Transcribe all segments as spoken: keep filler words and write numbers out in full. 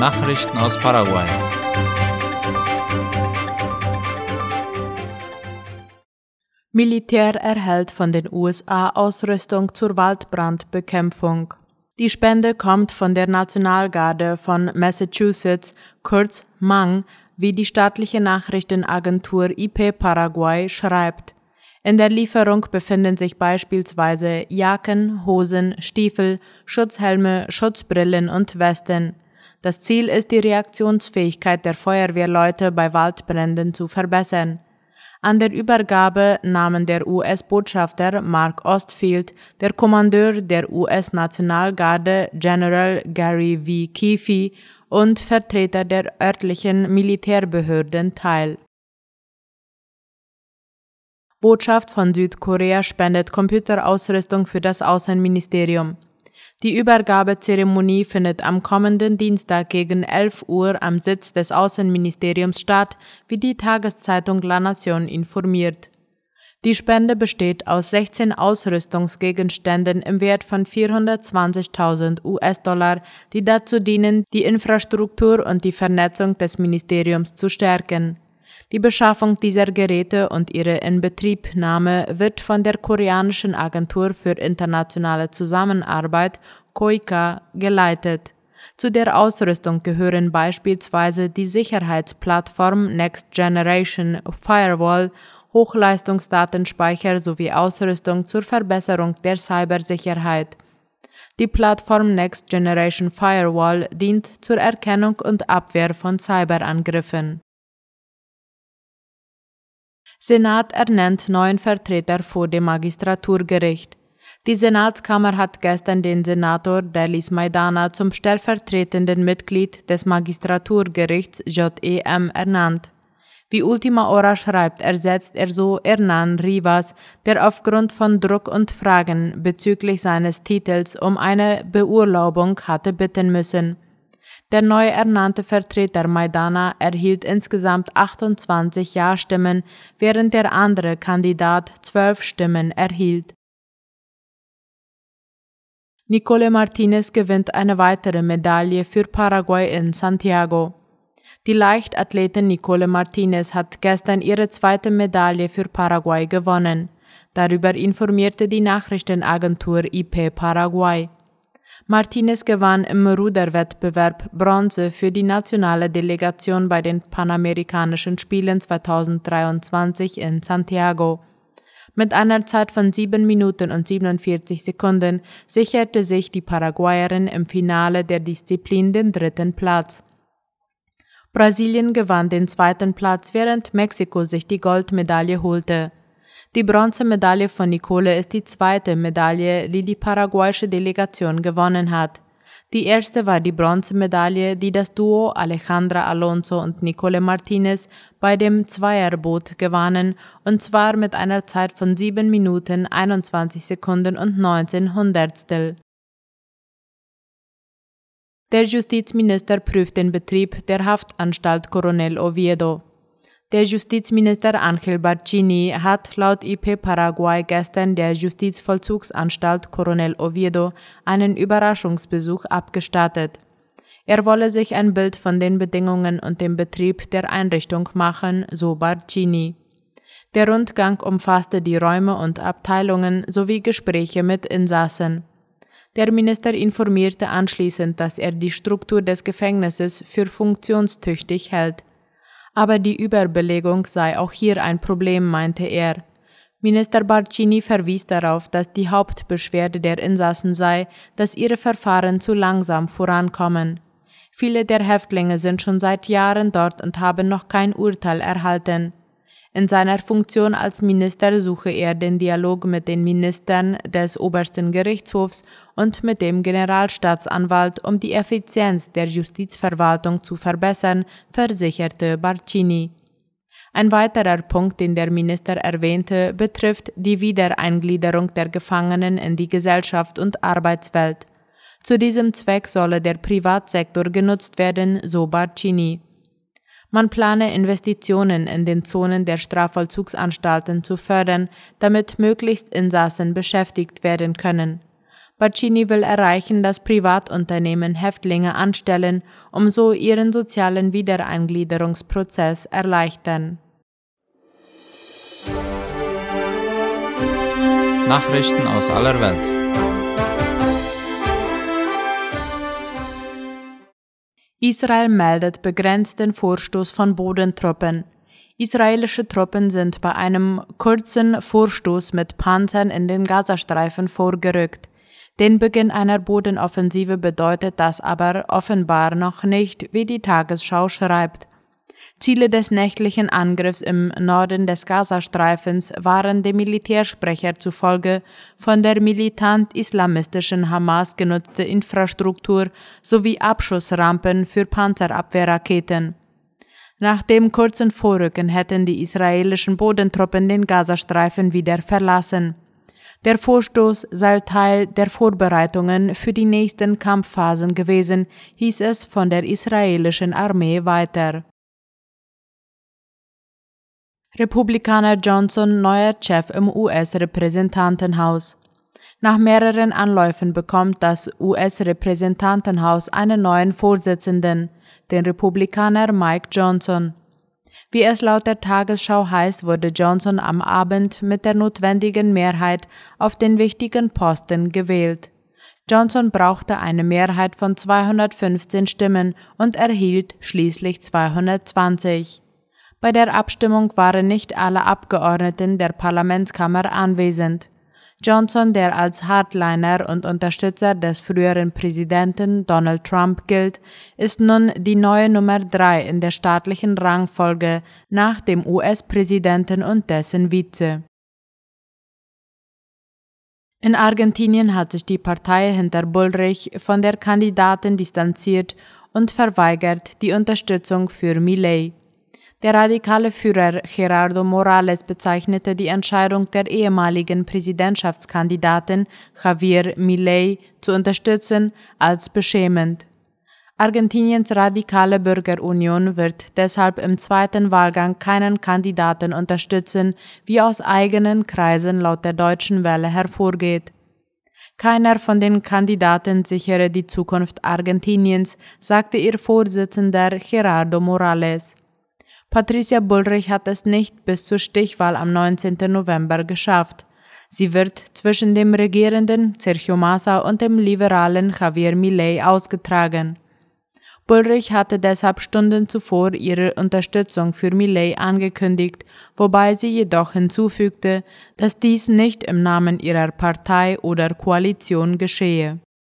Nachrichten aus Paraguay. Militär erhält von den U S A Ausrüstung zur Waldbrandbekämpfung. Die Spende kommt von der Nationalgarde von Massachusetts, kurz M A N G, wie die staatliche Nachrichtenagentur I P Paraguay schreibt. In der Lieferung befinden sich beispielsweise Jacken, Hosen, Stiefel, Schutzhelme, Schutzbrillen und Westen. Das Ziel ist, die Reaktionsfähigkeit der Feuerwehrleute bei Waldbränden zu verbessern. An der Übergabe nahmen der U S-Botschafter Mark Ostfield, der Kommandeur der U S-Nationalgarde General Gary V. Keefe und Vertreter der örtlichen Militärbehörden teil. Botschaft von Südkorea spendet Computerausrüstung für das Außenministerium. Die Übergabezeremonie findet am kommenden Dienstag gegen elf Uhr am Sitz des Außenministeriums statt, wie die Tageszeitung La Nación informiert. Die Spende besteht aus sechzehn Ausrüstungsgegenständen im Wert von vierhundertzwanzigtausend U S-Dollar, die dazu dienen, die Infrastruktur und die Vernetzung des Ministeriums zu stärken. Die Beschaffung dieser Geräte und ihre Inbetriebnahme wird von der koreanischen Agentur für internationale Zusammenarbeit K O I C A geleitet. Zu der Ausrüstung gehören beispielsweise die Sicherheitsplattform Next Generation Firewall, Hochleistungsdatenspeicher sowie Ausrüstung zur Verbesserung der Cybersicherheit. Die Plattform Next Generation Firewall dient zur Erkennung und Abwehr von Cyberangriffen. Senat ernennt neuen Vertreter vor dem Magistraturgericht. Die Senatskammer hat gestern den Senator Delis Maidana zum stellvertretenden Mitglied des Magistraturgerichts J E M ernannt. Wie Ultima Hora schreibt, ersetzt er so Hernan Rivas, der aufgrund von Druck und Fragen bezüglich seines Titels um eine Beurlaubung hatte bitten müssen. Der neu ernannte Vertreter Maidana erhielt insgesamt achtundzwanzig Ja-Stimmen, während der andere Kandidat zwölf Stimmen erhielt. Nicole Martinez gewinnt eine weitere Medaille für Paraguay in Santiago. Die Leichtathletin Nicole Martinez hat gestern ihre zweite Medaille für Paraguay gewonnen. Darüber informierte die Nachrichtenagentur I P Paraguay. Martinez gewann im Ruderwettbewerb Bronze für die nationale Delegation bei den Panamerikanischen Spielen zweitausenddreiundzwanzig in Santiago. Mit einer Zeit von sieben Minuten und siebenundvierzig Sekunden sicherte sich die Paraguayerin im Finale der Disziplin den dritten Platz. Brasilien gewann den zweiten Platz, während Mexiko sich die Goldmedaille holte. Die Bronzemedaille von Nicole ist die zweite Medaille, die die paraguayische Delegation gewonnen hat. Die erste war die Bronzemedaille, die das Duo Alejandra Alonso und Nicole Martinez bei dem Zweierboot gewannen, und zwar mit einer Zeit von sieben Minuten, einundzwanzig Sekunden und neunzehn Hundertstel. Der Justizminister prüft den Betrieb der Haftanstalt Coronel Oviedo. Der Justizminister Ángel Barcini hat laut I P Paraguay gestern der Justizvollzugsanstalt Coronel Oviedo einen Überraschungsbesuch abgestattet. Er wolle sich ein Bild von den Bedingungen und dem Betrieb der Einrichtung machen, so Barcini. Der Rundgang umfasste die Räume und Abteilungen sowie Gespräche mit Insassen. Der Minister informierte anschließend, dass er die Struktur des Gefängnisses für funktionstüchtig hält. Aber die Überbelegung sei auch hier ein Problem, meinte er. Minister Barcini verwies darauf, dass die Hauptbeschwerde der Insassen sei, dass ihre Verfahren zu langsam vorankommen. Viele der Häftlinge sind schon seit Jahren dort und haben noch kein Urteil erhalten. In seiner Funktion als Minister suche er den Dialog mit den Ministern des Obersten Gerichtshofs und mit dem Generalstaatsanwalt, um die Effizienz der Justizverwaltung zu verbessern, versicherte Barcini. Ein weiterer Punkt, den der Minister erwähnte, betrifft die Wiedereingliederung der Gefangenen in die Gesellschaft und Arbeitswelt. Zu diesem Zweck solle der Privatsektor genutzt werden, so Barcini. Man plane Investitionen in den Zonen der Strafvollzugsanstalten zu fördern, damit möglichst Insassen beschäftigt werden können. Baccini will erreichen, dass Privatunternehmen Häftlinge anstellen, um so ihren sozialen Wiedereingliederungsprozess erleichtern. Nachrichten aus aller Welt. Israel meldet begrenzten Vorstoß von Bodentruppen. Israelische Truppen sind bei einem kurzen Vorstoß mit Panzern in den Gazastreifen vorgerückt. Den Beginn einer Bodenoffensive bedeutet das aber offenbar noch nicht, wie die Tagesschau schreibt. Ziele des nächtlichen Angriffs im Norden des Gazastreifens waren dem Militärsprecher zufolge von der militant-islamistischen Hamas genutzte Infrastruktur sowie Abschussrampen für Panzerabwehrraketen. Nach dem kurzen Vorrücken hätten die israelischen Bodentruppen den Gazastreifen wieder verlassen. Der Vorstoß sei Teil der Vorbereitungen für die nächsten Kampfphasen gewesen, hieß es von der israelischen Armee weiter. Republikaner Johnson neuer Chef im U S-Repräsentantenhaus. Nach mehreren Anläufen bekommt das U S-Repräsentantenhaus einen neuen Vorsitzenden, den Republikaner Mike Johnson. Wie es laut der Tagesschau heißt, wurde Johnson am Abend mit der notwendigen Mehrheit auf den wichtigen Posten gewählt. Johnson brauchte eine Mehrheit von zweihundertfünfzehn Stimmen und erhielt schließlich zweihundertzwanzig. Bei der Abstimmung waren nicht alle Abgeordneten der Parlamentskammer anwesend. Johnson, der als Hardliner und Unterstützer des früheren Präsidenten Donald Trump gilt, ist nun die neue Nummer drei in der staatlichen Rangfolge nach dem U S-Präsidenten und dessen Vize. In Argentinien hat sich die Partei hinter Bullrich von der Kandidatin distanziert und verweigert die Unterstützung für Milei. Der radikale Führer Gerardo Morales bezeichnete die Entscheidung der ehemaligen Präsidentschaftskandidatin Javier Milei zu unterstützen als beschämend. Argentiniens radikale Bürgerunion wird deshalb im zweiten Wahlgang keinen Kandidaten unterstützen, wie aus eigenen Kreisen laut der Deutschen Welle hervorgeht. Keiner von den Kandidaten sichere die Zukunft Argentiniens, sagte ihr Vorsitzender Gerardo Morales. Patricia Bullrich hat es nicht bis zur Stichwahl am neunzehnten November geschafft. Sie wird zwischen dem regierenden Sergio Massa und dem liberalen Javier Milei ausgetragen. Bullrich hatte deshalb Stunden zuvor ihre Unterstützung für Milei angekündigt, wobei sie jedoch hinzufügte, dass dies nicht im Namen ihrer Partei oder Koalition geschehe.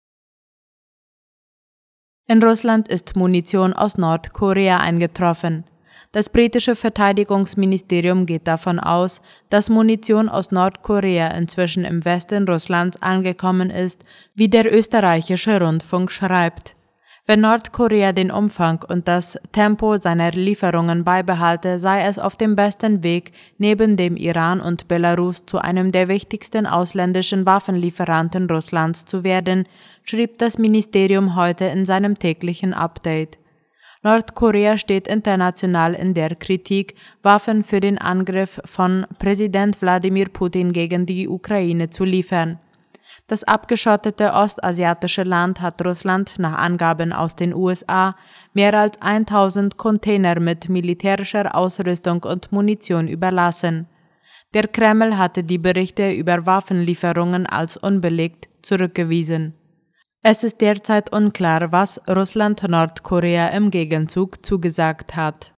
In Russland ist Munition aus Nordkorea eingetroffen. Das britische Verteidigungsministerium geht davon aus, dass Munition aus Nordkorea inzwischen im Westen Russlands angekommen ist, wie der österreichische Rundfunk schreibt. Wenn Nordkorea den Umfang und das Tempo seiner Lieferungen beibehalte, sei es auf dem besten Weg, neben dem Iran und Belarus zu einem der wichtigsten ausländischen Waffenlieferanten Russlands zu werden, schrieb das Ministerium heute in seinem täglichen Update. Nordkorea steht international in der Kritik, Waffen für den Angriff von Präsident Wladimir Putin gegen die Ukraine zu liefern. Das abgeschottete ostasiatische Land hat Russland nach Angaben aus den U S A mehr als tausend Container mit militärischer Ausrüstung und Munition überlassen. Der Kreml hatte die Berichte über Waffenlieferungen als unbelegt zurückgewiesen. Es ist derzeit unklar, was Russland Nordkorea im Gegenzug zugesagt hat.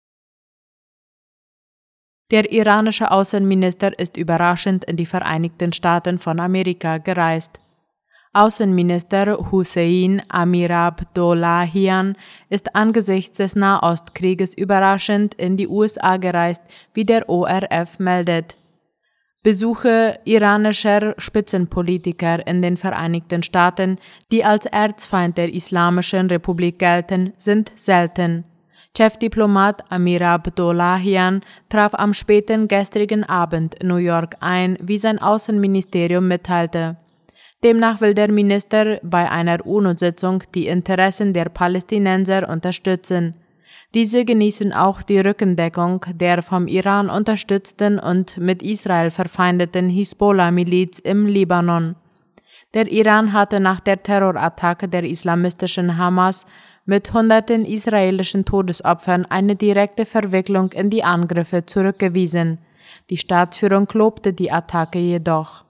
Der iranische Außenminister ist überraschend in die Vereinigten Staaten von Amerika gereist. Außenminister Hussein Amirabdollahian ist angesichts des Nahostkrieges überraschend in die U S A gereist, wie der O R F meldet. Besuche iranischer Spitzenpolitiker in den Vereinigten Staaten, die als Erzfeind der Islamischen Republik gelten, sind selten. Chefdiplomat Amirabdollahian traf am späten gestrigen Abend in New York ein, wie sein Außenministerium mitteilte. Demnach will der Minister bei einer UNO-Sitzung die Interessen der Palästinenser unterstützen. Diese genießen auch die Rückendeckung der vom Iran unterstützten und mit Israel verfeindeten Hisbollah-Miliz im Libanon. Der Iran hatte nach der Terrorattacke der islamistischen Hamas mit hunderten israelischen Todesopfern eine direkte Verwicklung in die Angriffe zurückgewiesen. Die Staatsführung lobte die Attacke jedoch.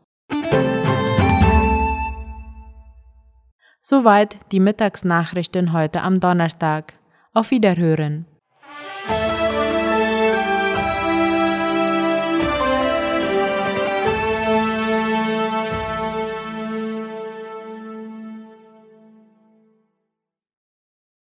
Soweit die Mittagsnachrichten heute am Donnerstag. Auf Wiederhören.